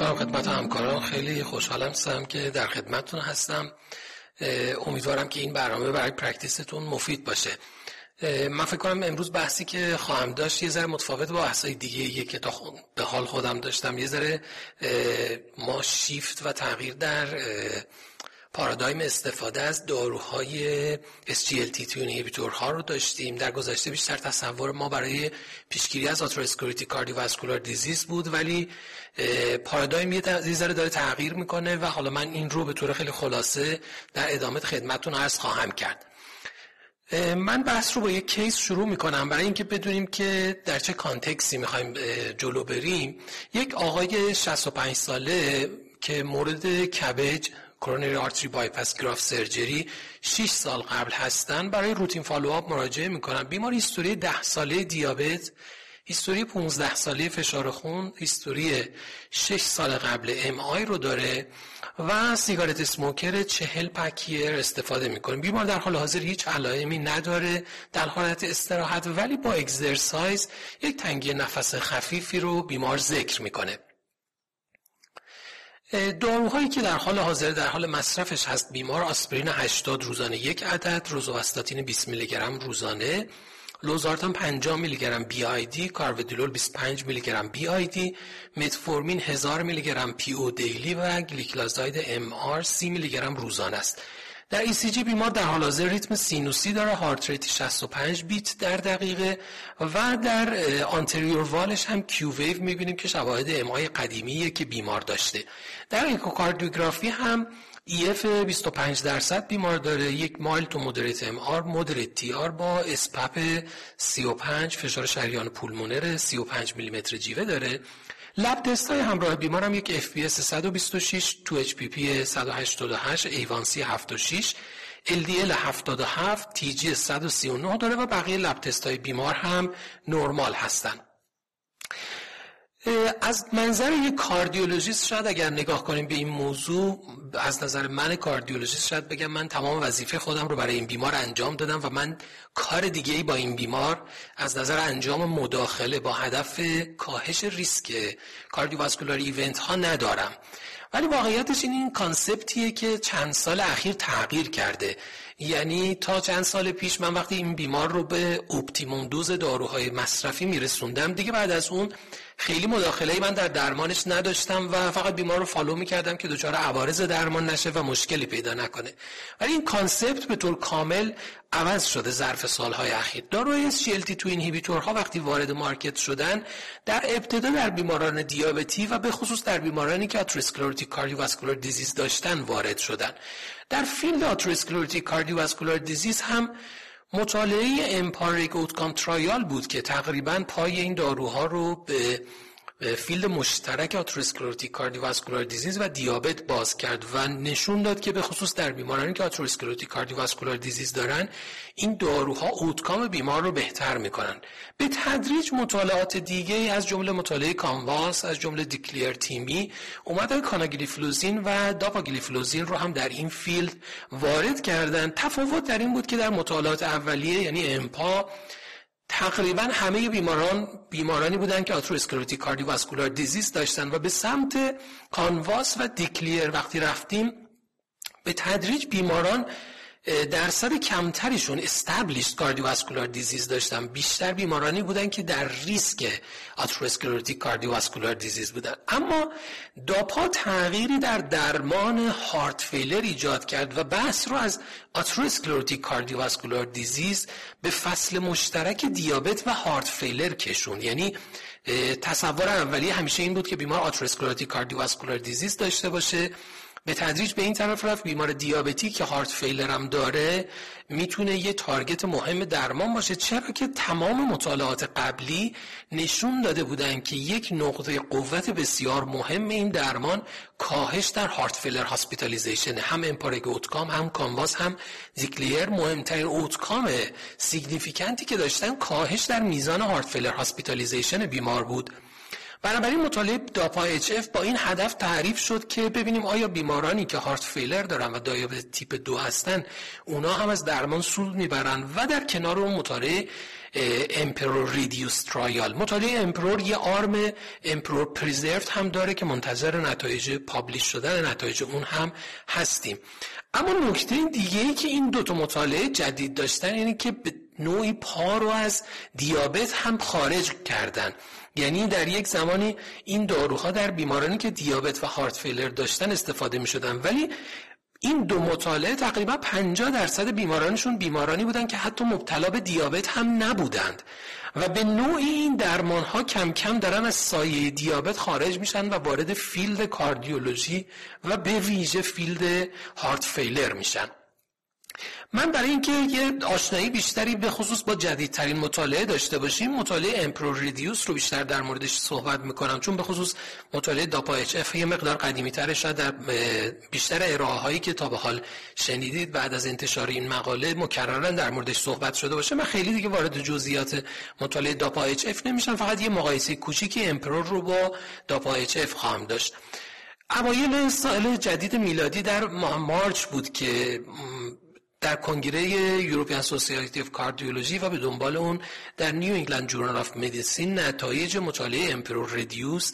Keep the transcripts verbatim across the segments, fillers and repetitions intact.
میکنم خدمت همکاران. خیلی خوشحالم هستم که در خدمتتون هستم. امیدوارم که این برنامه برای پرکتیستون مفید باشه. من فکر کنم امروز بحثی که خواهم داشت یه ذره متفاوت با بحثای دیگه یه که تا به حال خودم داشتم. یه ذره ما شیفت و تغییر در پارادایم استفاده از داروهای اس جی ال تی تو اینهیبیتورها رو داشتیم. در گذشته بیشتر تصور ما برای پیشگیری از آترواسکلروتیک کاردیوواسکولار دیزیز بود، ولی پارادایم یه ذره داره تغییر میکنه و حالا من این رو به طور خیلی خلاصه در ادامه خدمتتون عرض خواهم کرد. من بحث رو با یک کیس شروع میکنم برای اینکه بدونیم که در چه کانتکسی میخوایم جلو بریم. یک آقای شصت و پنج ساله که مورد کبد کورونری آرتری بایپاس گراف سرجری شش سال قبل هستن برای روتین فالوآپ مراجعه میکنن. بیمار هیستوری ده ساله دیابت، هیستوری پانزده ساله فشار خون، هیستوری شش سال قبل ام آی رو داره و سیگارت اسموکر چهل پکیر استفاده میکنه. بیمار در حال حاضر هیچ علائمی نداره، در حالت استراحت، ولی با اگزرسایز یک تنگی نفس خفیفی رو بیمار ذکر میکنه. داروهایی که در حال حاضر در حال مصرفش هست بیمار: آسپرین هشتاد روزانه یک عدد، روزوواستاتین بیست میلی گرم روزانه، لوزارتان پنجاه میلی گرم بی آی دی، کارودیلول بیست و پنج میلی گرم بی آی دی، متفورمین هزار میلی گرم پی او دیلی و گلیکلازاید ام آر سی میلی گرم روزانه است. در ای سی جی بیمار در حال حاضر ریتم سینوسی داره، هارت ریت شصت و پنج بیت در دقیقه و در آنتریور والش هم کیو ویو میبینیم که شواهد ام آی قدیمیه که بیمار داشته. در اکوکاردیوگرافی هم ای اف بیست و پنج درصد بیمار داره، یک مایل تو مودریت ام آر، مودریت تی آر با اسپپ سی و پنج، فشار شریان پولمونر سی و پنج میلی متر جیوه داره. لب تست های همراه بیمار هم یک اف پی اس صد و بیست و شش، تو اچ پی پی صد و هشتاد و هشت، ایوانسی هفتاد و شش، ال دی ال هفتاد و هفت، تی جی صد و سی و نه داره و بقیه لب تست های بیمار هم نرمال هستن. از منظر یک کاردیولوژیست شاید اگر نگاه کنیم به این موضوع، از نظر من کاردیولوژیست شاید بگم من تمام وظیفه خودم رو برای این بیمار انجام دادم و من کار دیگه ای با این بیمار از نظر انجام مداخله با هدف کاهش ریسک کاردیوواسکولار ایونت ها ندارم. ولی واقعیتش این این کانسپتیه که چند سال اخیر تغییر کرده. یعنی تا چند سال پیش من وقتی این بیمار رو به اپتیموم دوز داروهای مصرفی میرسوندم، دیگه بعد از اون خیلی مداخله‌ای من در درمانش نداشتم و فقط بیمار رو فالو می‌کردم که دچار عوارض درمان نشه و مشکلی پیدا نکنه. ولی این کانسپت به طور کامل عوض شده ظرف سالهای اخیر. داروهای اس جی ال تی تو اینهیبیتورها وقتی وارد مارکت شدن، در ابتدا در بیماران دیابتی و به خصوص در بیمارانی که آترواسکلروتیک کاردیوواسکولار دیزیز داشتن وارد شدن. در فیلد آترواسکلروتیک کاردیوواسکولار دیزیز هم مطالعه امپاریک اوتکام ترایال بود که تقریباً پای این داروها رو به فیلد مشترک آترواسکلروتیک کاردیوواسکولار دیزیز و دیابت باز کرد و نشون داد که به خصوص در بیمارانی که آترواسکلروتیک کاردیوواسکولار دیزیز دارن این داروها اوتکام بیمار رو بهتر میکنن. به تدریج مطالعات دیگه از جمله مطالعه کانواس، از جمله دیکلیر تیمی اومدن کاناگلیفلوزین و داپاگلیفلوزین رو هم در این فیلد وارد کردن. تفاوت در این بود که در مطالعات اولیه یعنی امپا تقریبا همه بیماران بیمارانی بودن که آترواسکلروتیک کاردیوواسکولار دیزیز داشتن و به سمت کانواس و دیکلیر وقتی رفتیم به تدریج بیماران درصد کمتریشون استابلیشد کاردیوواسکولار دیزیز داشتن. بیشتر بیمارانی بودن که در ریسک آترواسکلروتیک کاردیوواسکولار دیزیز بودن. اما داپا تغییری در درمان هارت فیلر ایجاد کرد و بحث رو از آترواسکلروتیک کاردیوواسکولار دیزیز به فصل مشترک دیابت و هارت فیلر کشون. یعنی تصور اولیه همیشه این بود که بیمار آترواسکلروتیک کاردیوواسکولار دیزیز داشته باشه، به تدریج به این طرف رفت بیمار دیابتی که هارت فیلر هم داره میتونه یه تارگت مهم درمان باشه، چرا که تمام مطالعات قبلی نشون داده بودن که یک نقطه قوت بسیار مهم این درمان کاهش در هارت فیلر هاسپیتالیزیشن. هم امپاریک اوتکام، هم کانواس، هم دیکلیر مهمترین اوتکام سیگنیفیکنتی که داشتن کاهش در میزان هارت فیلر هاسپیتالیزیشن بیمار بود. بنابراین مطالعه داپا اچ اف با این هدف تعریف شد که ببینیم آیا بیمارانی که هارت فیلر دارن و دیابت تیپ دو هستن اونا هم از درمان سود میبرن و در کنار اون مطالعه امپرور ریدیوس ترایال. مطالعه امپرور یه آرم امپرور پریزرفد هم داره که منتظر نتایج پابلیش شدن نتایج اون هم هستیم. اما نکته دیگه ای که این دوتا مطالعه جدید داشتن یعنی که به نوعی پا رو از دیابت هم خارج کردن. یعنی در یک زمانی این داروها در بیمارانی که دیابت و هارت فیلر داشتن استفاده می شدن، ولی این دو مطالعه تقریبا پنجاه درصد بیمارانشون بیمارانی بودن که حتی مبتلا به دیابت هم نبودند و به نوعی این درمان ها کم کم دارن از سایه دیابت خارج میشن و وارد فیلد کاردیولوژی و به ویژه فیلد هارت فیلر میشن. من برای اینکه یه آشنایی بیشتری به خصوص با جدیدترین مطالعه داشته باشیم، مطالعه امپرور ریدیوس رو بیشتر در موردش صحبت میکنم، چون به خصوص مطالعه داپا اچ اف یه مقدار قدیمی تره، شاید در بیشتر ارائه هایی که تا به حال شنیدید بعد از انتشار این مقاله مکررن در موردش صحبت شده باشه. من خیلی دیگه وارد جزئیات مطالعه داپا اچ اف نمیشم، فقط یه مقایسه کوچیکی امپرور رو با داپا اچ اف خواهم داشت. اوایل سال جدید میلادی در ماه مارچ بود که در کنگره یوروپیان سوسیالیتی اف کاردیولوژی و به دنبال اون در نیو انگلند جورنال آف مدیسین نتایج مطالعه امپرور ریدیوس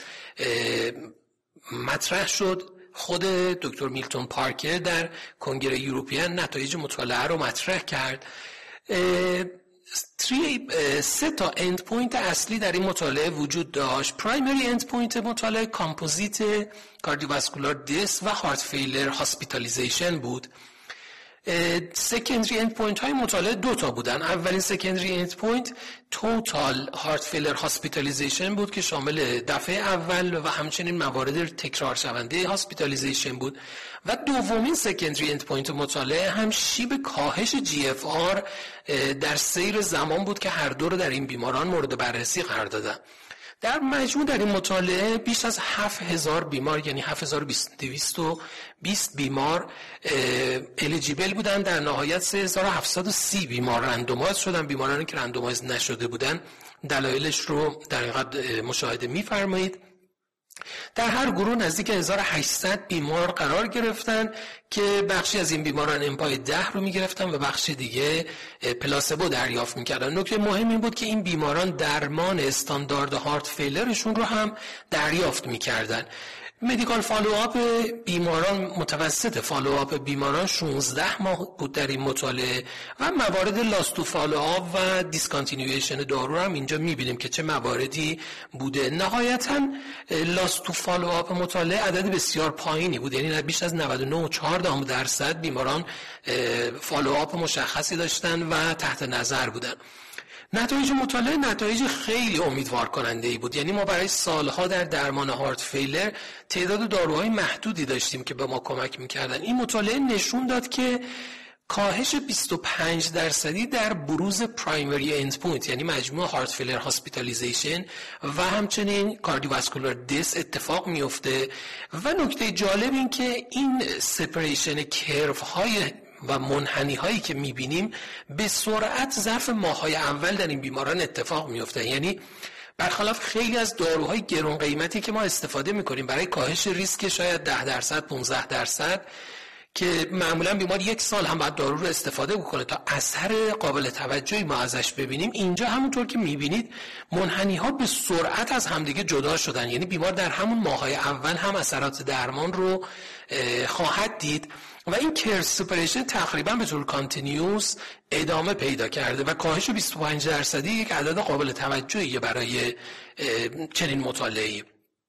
مطرح شد. خود دکتر میلتون پارکر در کنگره یوروپیان نتایج مطالعه رو مطرح کرد. تری سه تا اند پوینت اصلی در این مطالعه وجود داشت. پرایمری اند پوینت مطالعه کامپوزیت کاردیوواسکولار دیس و هارت فیلر هاسپیتالیزیشن بود. سکندری اند پوینت های مطالعه دو تا بودن. اولین سکندری اند پوینت توتال هارت فیلر هاسپیتالیزیشن بود که شامل دفعه اول و همچنین موارد تکرار شونده هاسپیتالیزیشن بود و دومین سکندری اند پوینت مطالعه هم شیب کاهش جی اف آر در سیر زمان بود که هر دو رو در این بیماران مورد بررسی قرار دادن. در مجموع در این مطالعه بیش از هفت هزار بیمار یعنی هفت هزار و دویست و بیست بیمار الیجیبل بودن. در نهایت سه هزار و هفتصد و سی بیمار رندومایز شدن. بیمارانی که رندومایز نشده بودن دلایلش رو در حقیقت مشاهده می‌فرمایید. در هر گروه نزدیک هزار و هشتصد بیمار قرار گرفتن که بخشی از این بیماران امپای ده رو میگرفتن و بخش دیگه پلاسبو دریافت میکردن. نکته مهم این بود که این بیماران درمان استاندارد هارت فیلرشون رو هم دریافت میکردن. مدیکال فالوآپ بیماران متوسط فالوآپ بیماران شانزده ماه بود در این مطالعه و موارد لاستو فالوآپ و دیسکانتینیویشن دارو هم اینجا میبینیم که چه مواردی بوده. نهایتاً لاستو فالوآپ مطالعه عدد بسیار پایینی بود، یعنی بیش از نود و نه و چهار دهم درصد بیماران فالوآپ مشخصی داشتن و تحت نظر بودن. نتایج مطالعه نتایج خیلی امیدوار کننده ای بود. یعنی ما برای سالها در درمان هارت فیلر تعداد داروهای محدودی داشتیم که به ما کمک میکردن. این مطالعه نشون داد که کاهش بیست و پنج درصدی در بروز پرایمری اند پوینت یعنی مجموع هارت فیلر هاسپیتالیزیشن و همچنین کاردیوواسکولار دیس اتفاق میفته. و نکته جالب این که این سپریشن کرو های و منحنی هایی که میبینیم به سرعت ظرف ماه‌های اول در این بیماران اتفاق میفته. یعنی برخلاف خیلی از داروهای گران قیمتی که ما استفاده میکنیم برای کاهش ریسک شاید ده درصد پانزده درصد که معمولا بیمار یک سال هم باید دارو رو استفاده بکنه تا اثر قابل توجهی ما ازش ببینیم، اینجا همونطور که میبینید منحنی ها به سرعت از همدیگه جدا شدن. یعنی بیمار در همون ماه‌های اول هم اثرات درمان رو خواهد دید و این کرو سپریشن تقریبا به طور کانتینیوس ادامه پیدا کرده و کاهش بیست و پنج درصدی یک عدد قابل توجهیه برای چنین مطالعه‌ای.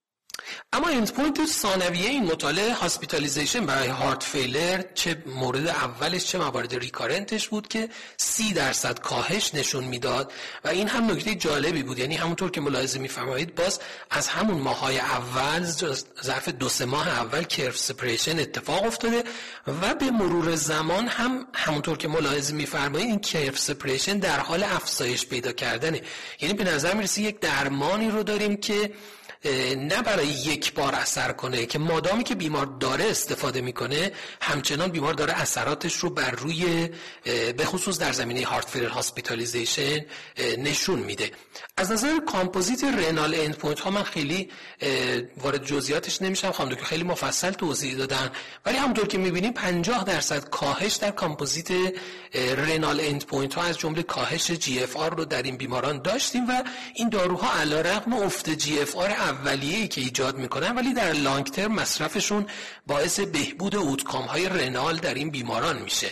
اما اند پوینت ثانویه این مطالعه هاسپیتالیزیشن برای هارت فیلر چه مورد اولش چه موارد ریکارنتش بود که سی درصد کاهش نشون میداد و این هم نکته جالبی بود. یعنی همونطور که ملاحظه می‌فرمایید باز از همون ماه‌های اول ظرف دو سه ماه اول کرو سپریشن اتفاق افتاده و به مرور زمان هم همونطور که ملاحظه می‌فرمایید این کرو سپریشن در حال افزایش پیدا کردنه. یعنی به نظر میرسه یک درمانی رو داریم که نه برای یک بار اثر کنه که مادامی که بیمار داره استفاده میکنه همچنان بیمار داره اثراتش رو بر روی به خصوص در زمینه هارت فیلر هاسپیتالیزیشن نشون میده. از نظر کامپوزیت رنال اند پوینت ها من خیلی وارد جزئیاتش نمیشم، خانم دکتر خیلی مفصل توضیح دادن، ولی همونطور که میبینیم پنجاه درصد کاهش در کامپوزیت رنال اند پوینت ها از جمله کاهش جی اف آر رو در این بیماران داشتیم و این داروها علیرغم افت جی اف آر اولیه‌ای که ایجاد میکنن ولی در لانگ ترم مصرفشون باعث بهبود اوتکام های رنال در این بیماران میشه.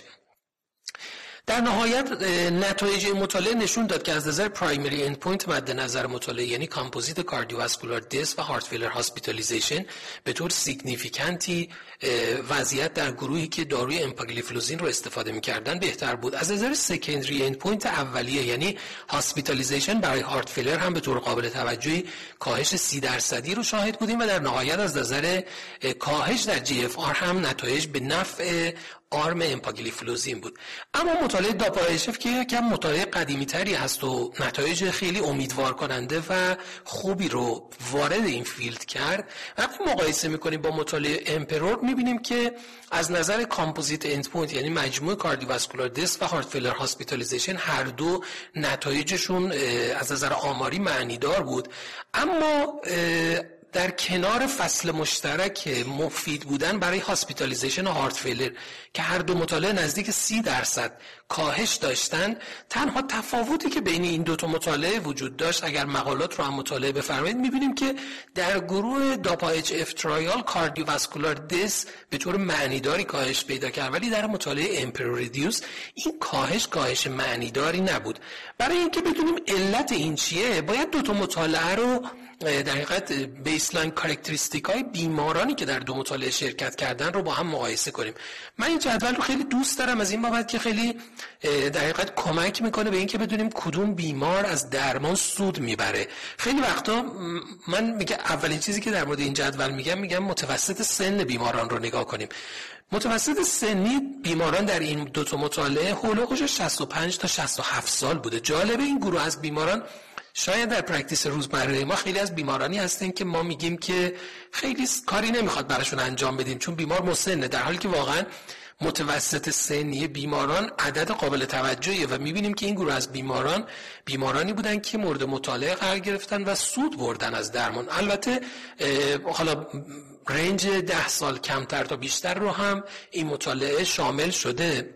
در نهایت نتایج مطالعه نشون داد که از نظر پرایمری اند پوینت مد نظر مطالعه، یعنی کامپوزیت کاردیوواسکولار دث و هارت فیلر هاسپیتالیزیشن، به طور سیگنیفیکنتی وضعیت در گروهی که داروی امپاگلیفلوزین رو استفاده می‌کردن بهتر بود. از نظر سکندری اند پوینت اولیه، یعنی هاسپیتالیزیشن برای هارت فیلر، هم به طور قابل توجهی کاهش سی درصدی رو شاهد بودیم و در نهایت از نظر کاهش در جی اف آر هم نتایج به نفع آرم امپاگلیفلوزین بود. اما مطالعه داپا اچ اف که یکم مطالعه قدیمی تری هست و نتایج خیلی امیدوار کننده و خوبی رو وارد این فیلد کرد، وقتی مقایسه میکنیم با مطالعه امپرور میبینیم که از نظر کامپوزیت اند پوینت، یعنی مجموع کاردیوواسکولار دث و هارت فیلر هاسپیتالیزیشن، هر دو نتایجشون از نظر آماری معنیدار بود. اما در کنار فصل مشترک مفید بودن برای هاسپیتالیزیشن و هارت فیلر که هر دو مطالعه نزدیک سی درصد کاهش داشتن، تنها تفاوتی که بین این دو تا مطالعه وجود داشت، اگر مقالات رو هم مطالعه بفرمایید می‌بینیم که در گروه داپا اچ اف ترایال کاردیوواسکولار دث به طور معنیداری کاهش پیدا کرد، ولی در مطالعه امپرور ریدیوس این کاهش کاهش معنیداری نبود. برای اینکه بدونیم علت این چیه، باید دو تا مطالعه رو در حقیقت بیسلاین کاراکتریستیک های بیمارانی که در دو مطالعه شرکت کردن رو با هم مقایسه کنیم. من این جدول رو خیلی دوست دارم از این بابت که خیلی در حقیقت کمک میکنه به این که بدونیم کدوم بیمار از درمان سود میبره. خیلی وقتا من میگم اولین چیزی که در مورد این جدول میگم میگم متوسط سن بیماران رو نگاه کنیم. متوسط سنی بیماران در این دو تا مطالعه هولوش شصت و پنج تا شصت و هفت سال بوده. جالبه این گروه از بیماران شاید در پرکتیس روزمره ما خیلی از بیمارانی هستن که ما میگیم که خیلی کاری نمیخواد براشون انجام بدیم چون بیمار مسنه، در حالی که واقعا متوسط سنی بیماران عدد قابل توجهیه و میبینیم که این گروه از بیماران بیمارانی بودن که مورد مطالعه قرار گرفتن و سود بردن از درمان. البته حالا رنج ده سال کمتر تا بیشتر رو هم این مطالعه شامل شده.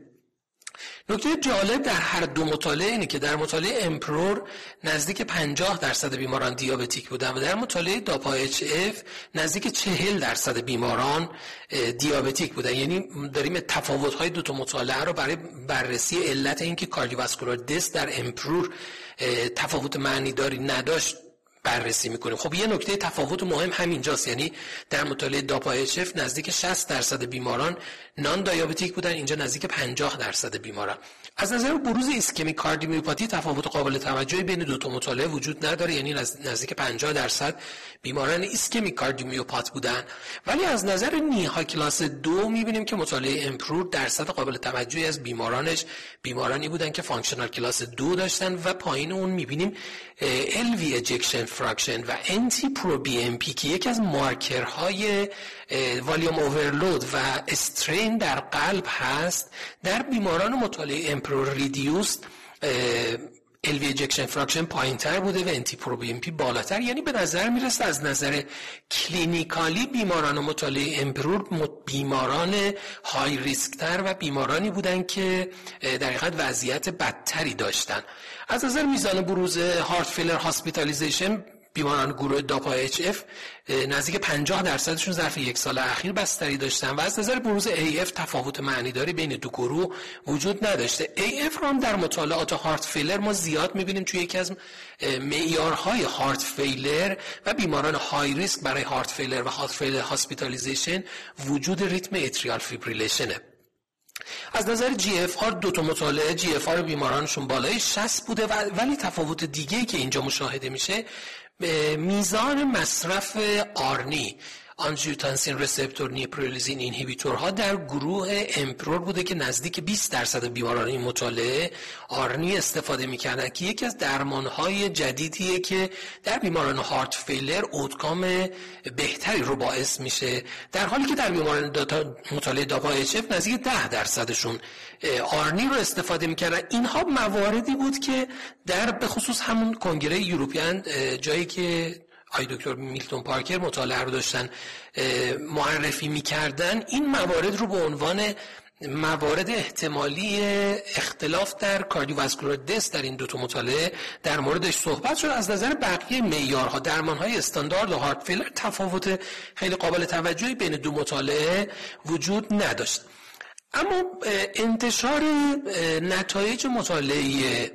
نکته جالب در هر دو مطالعه اینه که در مطالعه امپرور نزدیک پنجاه درصد بیماران دیابتیک بودن و در مطالعه داپا اچ اف نزدیک چهل درصد بیماران دیابتیک بودن. یعنی داریم تفاوت‌های دو تا مطالعه رو برای بررسی علت اینکه کاردیوواسکولار دث در امپرور تفاوت معنیداری نداشت بررسی میکنیم. خب یه نکته تفاوت مهم همینجاست، یعنی در مطالعه داپا اچ اف نزدیک شصت درصد بیماران نان دیابتیک بودن، اینجا نزدیک پنجاه درصد بیماران. از نظر بروز ایسکمیک کاردیومیوپاتی تفاوت قابل توجهی بین دو تا مطالعه وجود نداره، یعنی نزدیک پنجاه درصد بیماران ایسکمیک کاردیومیوپات بودن. ولی از نظر نیها کلاس دو میبینیم که مطالعه امپرور درصد قابل توجهی از بیمارانش بیمارانی بودن که فانکشنال کلاس دو داشتن و پایین اون میبینیم ال وی اجکشن فراکشن و انتی پرو بی ام پی که یکی از مارکرهای والیوم اوورلود و استرین در قلب هست. در بیماران مطالعه امپرور ریدیوس ال وی اجکشن فراکشن پایین‌تر بوده و انتی پرو بی ام پی بالاتر. یعنی به نظر میرسه از نظر کلینیکالی بیماران مطالعه امپرور بیماران های ریسک تر و بیمارانی بودن که در حقیقت وضعیت بدتری داشتن. از نظر میزان بروز هارت فیلر هاسپیتالیزیشن بیماران گروه داپا اچ اف نزدیک پنجاه درصدشون ظرف یک سال اخیر بستری داشتن و از نظر بروز ای اف تفاوت معنیداری بین دو گروه وجود نداشته. ای اف رو هم در مطالعات هارت فیلر ما زیاد میبینیم توی یکی از معیارهای هارت فیلر و بیماران های ریسک برای هارت فیلر و هارت فیلر هاسپیتالیزیشن وجود ریتم اتریال فیبریلیشنه. از نظر جی اف آر دو تا مطالعه جی اف آر بیمارانشون بالای شصت بوده و ولی تفاوت دیگه‌ای که اینجا مشاهده میشه میزان مصرف آرنی آنژیوتنسین رسپتور نیپرولیزین اینهیبیتورها در گروه امپرور بوده که نزدیک بیست درصد بیماران این مطالعه آرنی استفاده می‌کردن که یکی از درمان‌های جدیدیه که در بیماران هارت فیلر اوتکام بهتری رو باعث میشه، در حالی که در بیماران داتا مطالعه داپا اچ اف نزدیک ده درصدشون آرنی رو استفاده می‌کردن. اینها مواردی بود که در به خصوص همون کنگره یوروپیان جایی که آی دکتر میلتون پارکر مطالعه رو داشتن معرفی می‌کردن، این موارد رو به عنوان موارد احتمالی اختلاف در کاردیوواسکولار دث در این دو تا مطالعه در موردش صحبت شد. از نظر بقیه معیارها درمان‌های استاندارد و هارت فیلر تفاوت خیلی قابل توجهی بین دو مطالعه وجود نداشت. اما انتشار نتایج مطالعه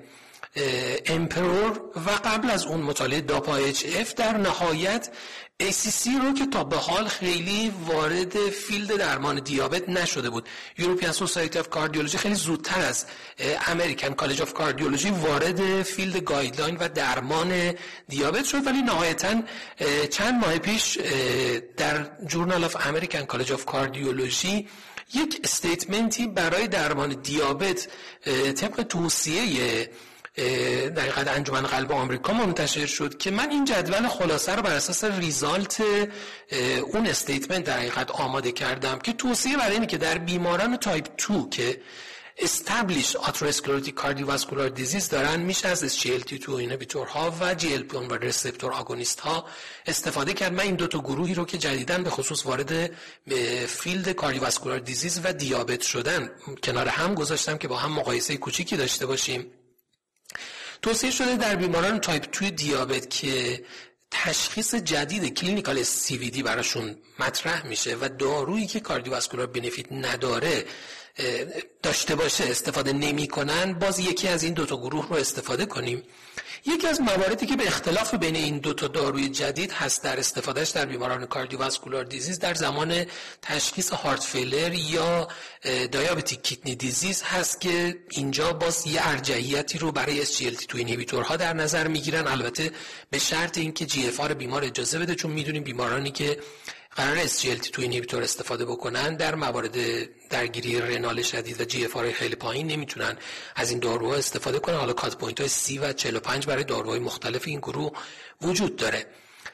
امپرور و قبل از اون مطالعه داپا اچ اف در نهایت ای سی سی رو که تا به حال خیلی وارد فیلد درمان دیابت نشده بود، یوروپیان سوسایتی آف کاردیولوژی خیلی زودتر از امریکن کالج آف کاردیولوژی وارد فیلد گایدلاین و درمان دیابت شد، ولی نهایتاً چند ماه پیش در جورنال آف امریکن کالج آف کاردیولوژی یک استیتمنتی برای درمان دیابت طبق توصیه در حقیقت انجمن قلب آمریکا منتشر شد که من این جدول خلاصه رو بر اساس ریزالت اون استیتمنت در حقیقت آماده کردم که توصیه برای اینه که در بیماران تایپ دو که established atherosclerotic cardiovascular disease دارن میشه از اس جی ال تی تو اینهیبیتورها و جی ال پی ون و رسپتور آگونیست ها استفاده کرد. من این دو تا گروهی رو که جدیداً به خصوص وارد فیلد کاردیوواسکولار دیزیز و دیابت شدن کنار هم گذاشتم که با هم مقایسه کوچیکی داشته باشیم. توصیه شده در بیماران تایپ دو دیابت که تشخیص جدید کلینیکال سی وی دی براشون مطرح میشه و دارویی که کاردیوواسکولار بنفیت نداره داشته باشه استفاده نمی کنن، باز یکی از این دوتا گروه رو استفاده کنیم. یکی از مواردی که به اختلاف بین این دوتا داروی جدید هست در استفادهش در بیماران کاردیوواسکولار دیزیز در زمان تشخیص هارت فیلر یا دیابتیک کیدنی دیزیز هست که اینجا باز یه ارجحیتی رو برای اس جی ال تی تو اینهیبیتورها در نظر میگیرن، البته به شرط اینکه جی اف آر بیمار اجازه بده، چون میدونیم بیمارانی که قرار اس جی ال تی تو اینهیبیتور استفاده بکنن در موارد درگیری رنال شدید و جی اف آر خیلی پایین نمیتونن از این داروها استفاده کنن. حالا کات پوینت های سی و چهل و پنج برای داروهای مختلف این گروه وجود داره.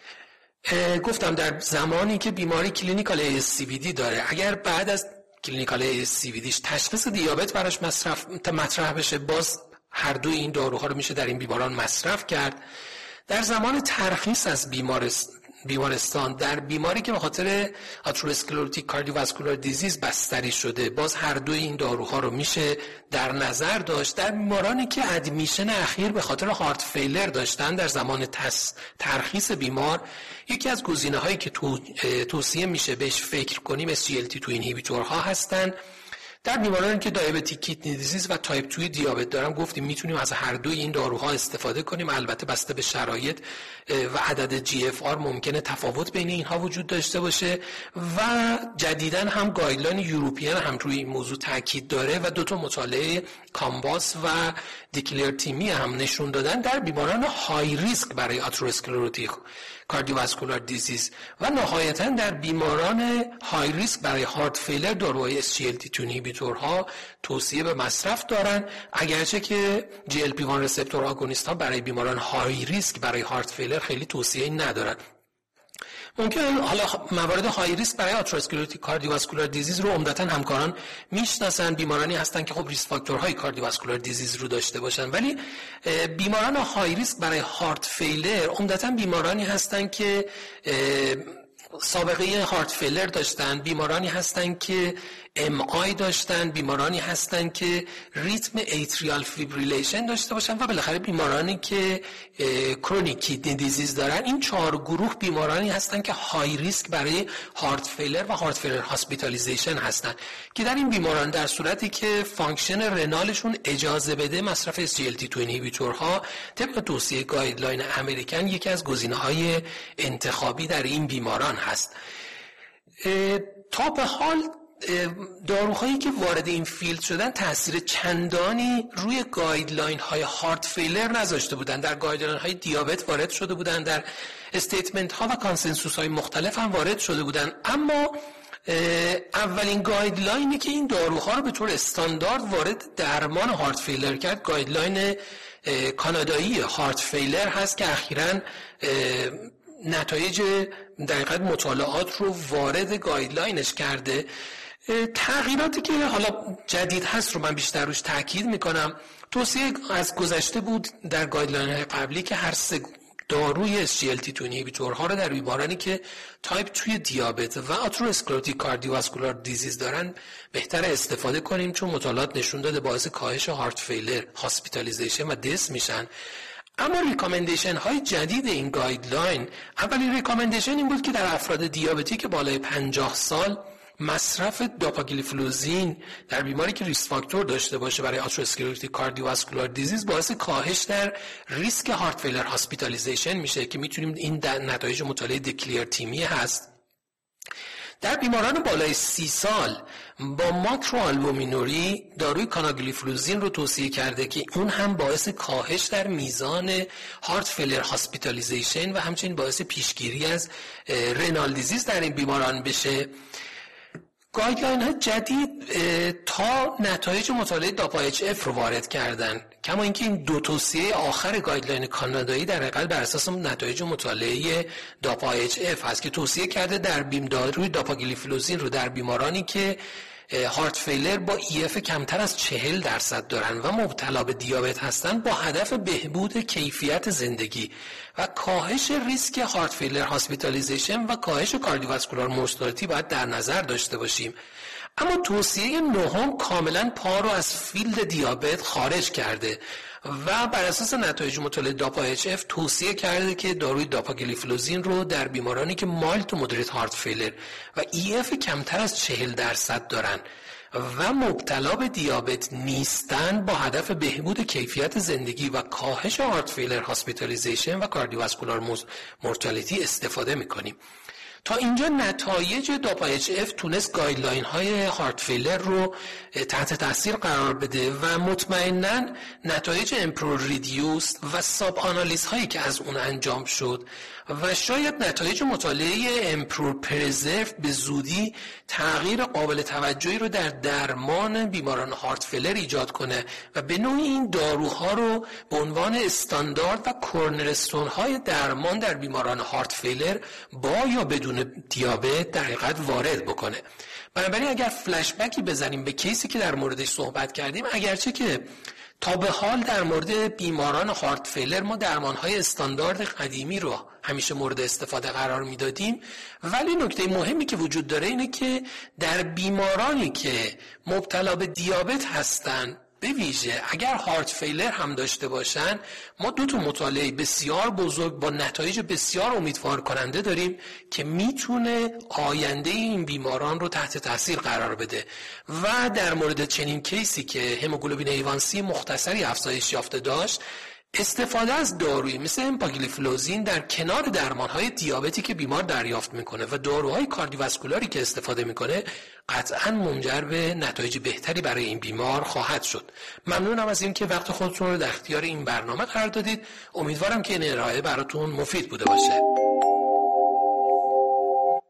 گفتم در زمانی که بیماری کلینیکال ای اس سی وی دی داره، اگر بعد از کلینیکال ای اس سی وی دیش تشخیص دیابت براش مصرف مطرح بشه، باز هر دوی این داروها رو میشه در این بیماران مصرف کرد. در زمان ترخیص از بیمارستان بیمارستان در بیماری که به خاطر آتروسکلروتیک کاردیوواسکولار دیزیز بستری شده، باز هر دوی این داروها رو میشه در نظر داشت. در بیمارانی که ادمیشن اخیر به خاطر هارت فیلر داشتن در زمان تس ترخیص بیمار، یکی از گزینه‌هایی که تو توصیه میشه بهش فکر کنیم اس جی ال تی تو اینهیبیتورها هستن. در بیمارانی که دیابتیک کیدنی دیزیز و تایپ دو دیابت دارن گفتیم میتونیم از هر دوی این داروها استفاده کنیم، البته بسته به شرایط و عدد جی اف آر ممکنه تفاوت بین اینها وجود داشته باشه و جدیداً هم گایدلاین یوروپیان هم روی این موضوع تاکید داره و دو تا مطالعه کامباس و دیکلر تیمی هم نشون دادن در بیماران های ریسک برای آتروسکلروتیک کاردیوواسکولار دیزیز و نهایتاً در بیماران های ریسک برای هارت فیلر داروهای اس جی ال تی تو اینهیبیتورها توصیه به مصرف دارن، اگرچه که جی ال پی ون رسپتور آگونیست ها برای بیماران های ریسک برای هارت فیلر خیلی توصیه ندارن. ممکن حالا موارد های ریسک برای آتروسکلروتیک کاردیوواسکولار دیزیز رو عمدتاً همکاران میشناسن، بیمارانی هستن که خب ریسک فاکتورهای کاردیوواسکولار دیزیز رو داشته باشن، ولی بیماران های ریسک برای هارت فیلر عمدتاً بیمارانی هستن که سابقه هارت فیلر داشتن، بیمارانی هستن که ام آی داشتن، بیمارانی هستن که ریتم ایتریال فیبریلیشن داشته باشن و بالاخره بیمارانی که کرونیک کیدنی دیزیز دارن. این چهار گروه بیمارانی هستن که های ریسک برای هارت فیلر و هارت فیلر هاسپیتالیزیشن هستن که در این بیماران در صورتی که فانکشن رنالشون اجازه بده مصرف اس جی ال تی تو اینهیبیتورها طبق توصیه گایدلاین امریکن یکی از گزینه‌های انتخابی در این بیماران هست. تا به حال داروهایی که وارد این فیلد شدن تاثیر چندانی روی گایدلاین های هارت فیلر نذاشته بودن. در گایدلاین های دیابت وارد شده بودن، در استیتمنت ها و کانسنسوس های مختلف هم وارد شده بودن، اما اولین گایدلاینی که این داروها رو به طور استاندارد وارد درمان هارت فیلر کرد گایدلاین کانادایی هارت فیلر هست که اخیراً نتایج دقیقاً مطالعات رو وارد گایدلاینش کرده. تغییراتی که حالا جدید هست رو من بیشتر روش تاکید میکنم. توصیه از گذشته بود در گایدلاین های قبلی که هر سه داروی اس جی ال تی دو اینهیبیتورها رو در بیمارانی که تایپ توی دیابت و آترواسکلروتیک کاردیوواسکولار دیزیز دارن بهتر استفاده کنیم، چون مطالعات نشون داده باعث کاهش هارت فیلر، هاسپیتالیزیشن و دث میشن. اما ریکامندیشن های جدید این گایدلاین، اولین ریکامندیشن این بود که در افراد دیابتیک بالای پنجاه سال مصرف داپاگلیفلوزین در بیماری که ریسک فاکتور داشته باشه برای آترواسکلروتیک کاردیوواسکولار دیزیز باعث کاهش در ریسک هارت فیلر هاسپیتالیزیشن میشه که میتونیم این در نتایج مطالعه دکلیر تیمی هست. در بیماران بالای سی سال با ماکرو آلبومینوری داروی کاناگلیفلوزین رو توصیه کرده که اون هم باعث کاهش در میزان هارت فیلر هاسپیتالیزیشن و همچنین باعث پیشگیری از رنال دیزیز در این بیماران بشه. گایدلاین ها جدید تا نتایج مطالعه داپا اچ اف رو وارد کردن، کما اینکه این دو توصیه آخر گایدلاین کانادایی در حقیقت بر اساس نتایج مطالعه داپا اچ اف هست که توصیه کرده در بیم داروی داپاگلیفلوزین رو در بیمارانی که هارت فیلر با ای اف کمتر از چهل درصد دارن و مبتلا به دیابت هستن با هدف بهبود کیفیت زندگی و کاهش ریسک هارت فیلر هاسپیتالیزیشن و کاهش کاردیوواسکولار مورتالیتی باید در نظر داشته باشیم. اما توصیه نهم کاملا پا رو از فیلد دیابت خارج کرده و بر اساس نتایج مطالعه داپا اچ اف توصیه کرده که داروی داپاگلیفلوزین رو در بیمارانی که مایلد تو مدریت هارت فیلر و ای اف کمتر از چهل درصد دارن و مبتلا به دیابت نیستن با هدف بهبود کیفیت زندگی و کاهش هارت فیلر هاسپیتالیزیشن و کاردیوواسکولار مورتالیتی استفاده میکنیم. تا اینجا نتایج داپا اچ اف تونست گایدلاین های هارت فیلر رو تحت تاثیر قرار بده و مطمئناً نتایج امپرو ریدیوس و ساب آنالیز هایی که از اون انجام شد و شاید نتایج مطالعه امپرو پرزرو به زودی تغییر قابل توجهی رو در درمان بیماران هارت فیلر ایجاد کنه و به نوعی این داروها رو به عنوان استاندارد و کورنرستون های درمان در بیماران هارت فیلر با یا بدون دیابت در حقیقت وارد بکنه. بنابراین اگر فلش بکی بزنیم به کیسی که در موردش صحبت کردیم، اگرچه که تا به حال در مورد بیماران هارت فیلر ما درمانهای استاندارد قدیمی رو همیشه مورد استفاده قرار میدادیم، ولی نکته مهمی که وجود داره اینه که در بیمارانی که مبتلا به دیابت هستن، به ویژه اگر هارت فیلر هم داشته باشن، ما دو تا مطالعه بسیار بزرگ با نتایج بسیار امیدوار کننده داریم که میتونه آینده این بیماران رو تحت تاثیر قرار بده و در مورد چنین کیسی که هموگلوبین ایوانسی مختصری افزایش یافته داشت، استفاده از دارویی مثل امپاگلیفلوزین در کنار درمانهای دیابتی که بیمار دریافت میکنه و داروهای کاردیوواسکولاری که استفاده میکنه قطعاً منجر به نتایج بهتری برای این بیمار خواهد شد. ممنونم از این که وقت خودتون رو در اختیار این برنامه قرار دادید. امیدوارم که این ارائه براتون مفید بوده باشه.